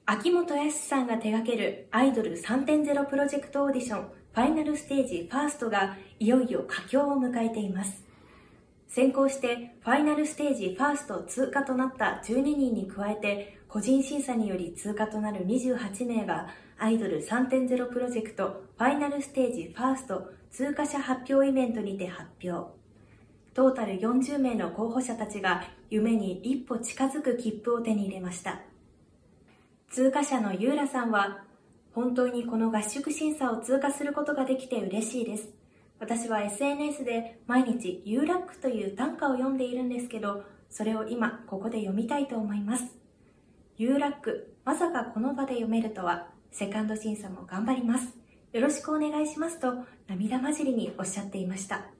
秋元康さんが手掛けるアイドル 3.0 プロジェクトオーディションファイナルステージファーストがいよいよ佳境を迎えています。先行してファイナルステージファースト通過となった12人に加えて個人審査により通過となる28名がアイドル 3.0 プロジェクトファイナルステージファースト通過者発表イベントにて発表。トータル40名の候補者たちが夢に一歩近づく切符を手に入れました。通過者のユーラさんは、本当にこの合宿審査を通過することができて嬉しいです。私は SNS で毎日ユーラックという短歌を読んでいるんですけど、それを今ここで読みたいと思います。ユーラック、まさかこの場で読めるとは。セカンド審査も頑張ります。よろしくお願いしますと涙交じりにおっしゃっていました。